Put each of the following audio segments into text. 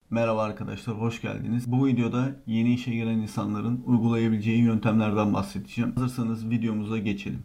Merhaba arkadaşlar, hoş geldiniz. Bu videoda yeni işe giren insanların uygulayabileceği yöntemlerden bahsedeceğim. Hazırsanız videomuza geçelim.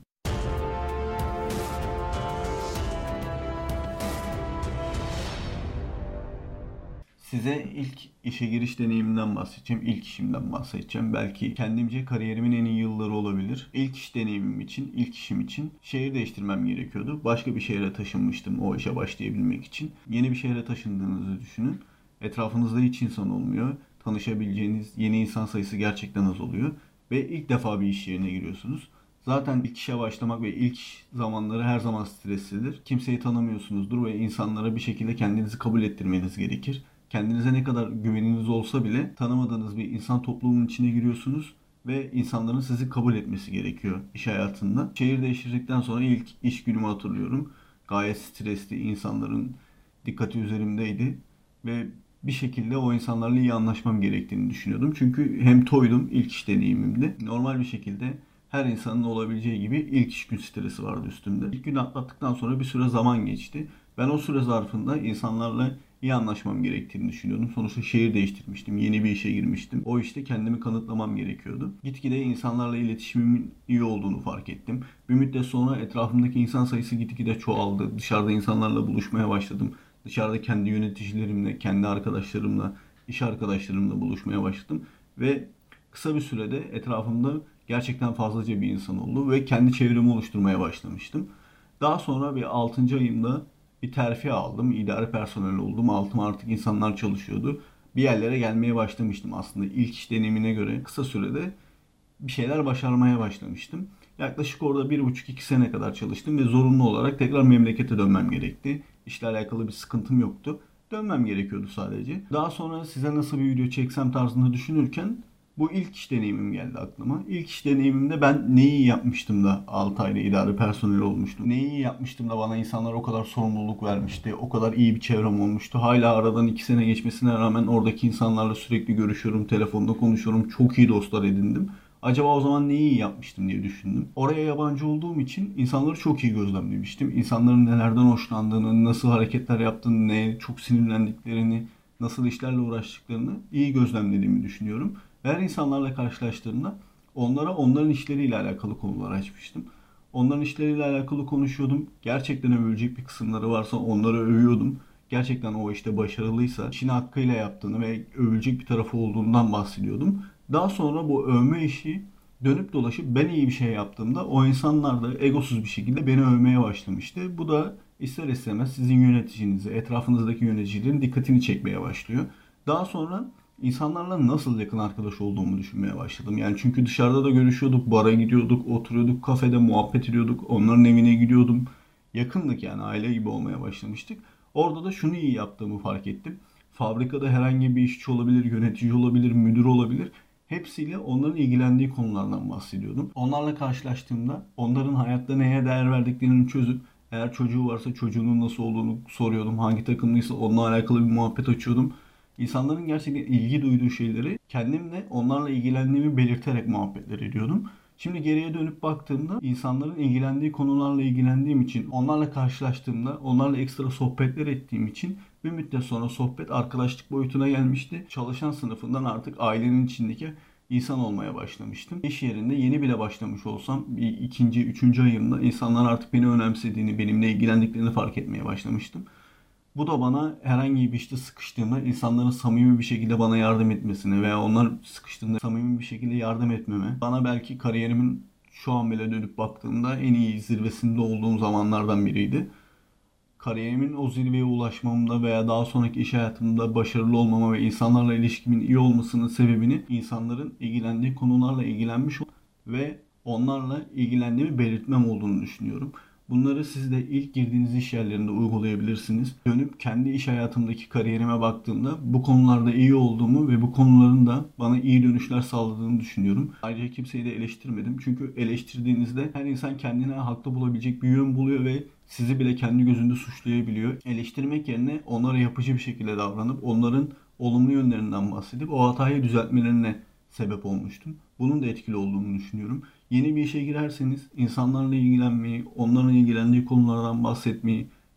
Size ilk işe giriş deneyimimden bahsedeceğim, ilk işimden bahsedeceğim. Belki kendimce kariyerimin en iyi yılları olabilir. İlk iş deneyimim için, ilk işim için şehir değiştirmem gerekiyordu. Başka bir şehre taşınmıştım o işe başlayabilmek için. Yeni bir şehre taşındığınızı düşünün. Etrafınızda hiç insan olmuyor. Tanışabileceğiniz yeni insan sayısı gerçekten az oluyor. Ve ilk defa bir iş yerine giriyorsunuz. Zaten ilk işe başlamak ve ilk iş zamanları her zaman streslidir. Kimseyi tanımıyorsunuzdur ve insanlara bir şekilde kendinizi kabul ettirmeniz gerekir. Kendinize ne kadar güveniniz olsa bile tanımadığınız bir insan toplumunun içine giriyorsunuz ve insanların sizi kabul etmesi gerekiyor iş hayatında. Şehir değiştirdikten sonra ilk iş günümü hatırlıyorum. Gayet stresli, insanların dikkati üzerimdeydi ve bir şekilde o insanlarla iyi anlaşmam gerektiğini düşünüyordum. Çünkü hem toydum ilk iş deneyimimde. Normal bir şekilde her insanın olabileceği gibi ilk iş gün stresi vardı üstümde. İlk günü atlattıktan sonra bir süre zaman geçti. Ben o süre zarfında insanlarla iyi anlaşmam gerektiğini düşünüyordum. Sonuçta şehir değiştirmiştim, yeni bir işe girmiştim. O işte kendimi kanıtlamam gerekiyordu. Gitgide insanlarla iletişimimin iyi olduğunu fark ettim. Bir müddet sonra etrafımdaki insan sayısı gitgide çoğaldı. Dışarıda insanlarla buluşmaya başladım. Dışarıda kendi yöneticilerimle, kendi arkadaşlarımla, iş arkadaşlarımla buluşmaya başladım. Ve kısa bir sürede etrafımda gerçekten fazlaca bir insan oldu ve kendi çevremi oluşturmaya başlamıştım. Daha sonra bir 6. ayımda bir terfi aldım. İdari personel oldum. Altıma artık insanlar çalışıyordu. Bir yerlere gelmeye başlamıştım aslında. İlk iş deneyimine göre kısa sürede bir şeyler başarmaya başlamıştım. Yaklaşık orada 1,5-2 sene kadar çalıştım ve zorunlu olarak tekrar memlekete dönmem gerekti. İşle alakalı bir sıkıntım yoktu. Dönmem gerekiyordu sadece. Daha sonra size nasıl bir video çeksem tarzında düşünürken bu ilk iş deneyimim geldi aklıma. İlk iş deneyimimde ben neyi yapmıştım da 6 ayda idari personel olmuştum. Neyi yapmıştım da bana insanlar o kadar sorumluluk vermişti. O kadar iyi bir çevrem olmuştu. Hala aradan 2 sene geçmesine rağmen oradaki insanlarla sürekli görüşüyorum. Telefonda konuşuyorum. Çok iyi dostlar edindim. Acaba o zaman neyi iyi yapmıştım diye düşündüm. Oraya yabancı olduğum için insanları çok iyi gözlemlemiştim. İnsanların nelerden hoşlandığını, nasıl hareketler yaptığını, neye çok sinirlendiklerini, nasıl işlerle uğraştıklarını iyi gözlemlediğimi düşünüyorum. Ve her insanlarla karşılaştığımda onlara onların işleriyle alakalı konular açmıştım. Onların işleriyle alakalı konuşuyordum. Gerçekten övülecek bir kısımları varsa onları övüyordum. Gerçekten o işte başarılıysa, işini hakkıyla yaptığını ve övülecek bir tarafı olduğundan bahsediyordum. Daha sonra bu övme işi dönüp dolaşıp ben iyi bir şey yaptığımda o insanlar da egosuz bir şekilde beni övmeye başlamıştı. Bu da ister istemez sizin yöneticinizi, etrafınızdaki yöneticilerin dikkatini çekmeye başlıyor. Daha sonra insanlarla nasıl yakın arkadaş olduğumu düşünmeye başladım. Yani çünkü dışarıda da görüşüyorduk, bara gidiyorduk, oturuyorduk, kafede muhabbet ediyorduk, onların evine gidiyordum. Yakındık yani aile gibi olmaya başlamıştık. Orada da şunu iyi yaptığımı fark ettim. Fabrikada herhangi bir işçi olabilir, yönetici olabilir, müdür olabilir. Hepsiyle onların ilgilendiği konulardan bahsediyordum. Onlarla karşılaştığımda onların hayatta neye değer verdiklerini çözüp eğer çocuğu varsa çocuğunun nasıl olduğunu soruyordum. Hangi takımlıysa onunla alakalı bir muhabbet açıyordum. İnsanların gerçekten ilgi duyduğu şeyleri kendimle onlarla ilgilendiğimi belirterek muhabbetler ediyordum. Şimdi geriye dönüp baktığımda insanların ilgilendiği konularla ilgilendiğim için, onlarla karşılaştığımda, onlarla ekstra sohbetler ettiğim için bir müddet sonra sohbet arkadaşlık boyutuna gelmişti. Çalışan sınıfından artık ailenin içindeki insan olmaya başlamıştım. İş yerinde yeni bile başlamış olsam bir ikinci, üçüncü ayımda insanlar artık beni önemsediğini, benimle ilgilendiklerini fark etmeye başlamıştım. Bu da bana herhangi bir işte sıkıştığımda insanların samimi bir şekilde bana yardım etmesini veya onlar sıkıştığında samimi bir şekilde yardım etmeme, bana belki kariyerimin şu an bile dönüp baktığımda en iyi zirvesinde olduğum zamanlardan biriydi. Kariyerimin o zirveye ulaşmamda veya daha sonraki iş hayatımda başarılı olmama ve insanlarla ilişkimin iyi olmasının sebebini insanların ilgilendiği konularla ilgilenmiş ve onlarla ilgilendiğimi belirtmem olduğunu düşünüyorum. Bunları siz de ilk girdiğiniz iş yerlerinde uygulayabilirsiniz. Dönüp kendi iş hayatımdaki kariyerime baktığımda bu konularda iyi olduğumu ve bu konuların da bana iyi dönüşler sağladığını düşünüyorum. Ayrıca kimseyi de eleştirmedim. Çünkü eleştirdiğinizde her insan kendine haklı bulabilecek bir yön buluyor ve sizi bile kendi gözünde suçlayabiliyor. Eleştirmek yerine onlara yapıcı bir şekilde davranıp onların olumlu yönlerinden bahsedip o hatayı düzeltmelerine sebep olmuştum. Bunun da etkili olduğunu düşünüyorum. Yeni bir işe girerseniz insanlarla ilgilenmeyi, onların ilgilendiği konulardan bahsetmeyi,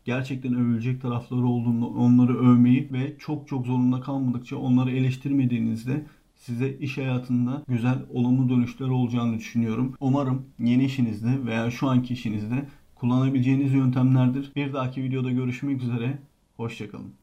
gerçekten övülecek tarafları olduğunda onları övmeyi ve çok çok zorunda kalmadıkça onları eleştirmediğinizde size iş hayatında güzel, olumlu dönüşler olacağını düşünüyorum. Umarım yeni işinizde veya şu anki işinizde kullanabileceğiniz yöntemlerdir. Bir dahaki videoda görüşmek üzere. Hoşça kalın.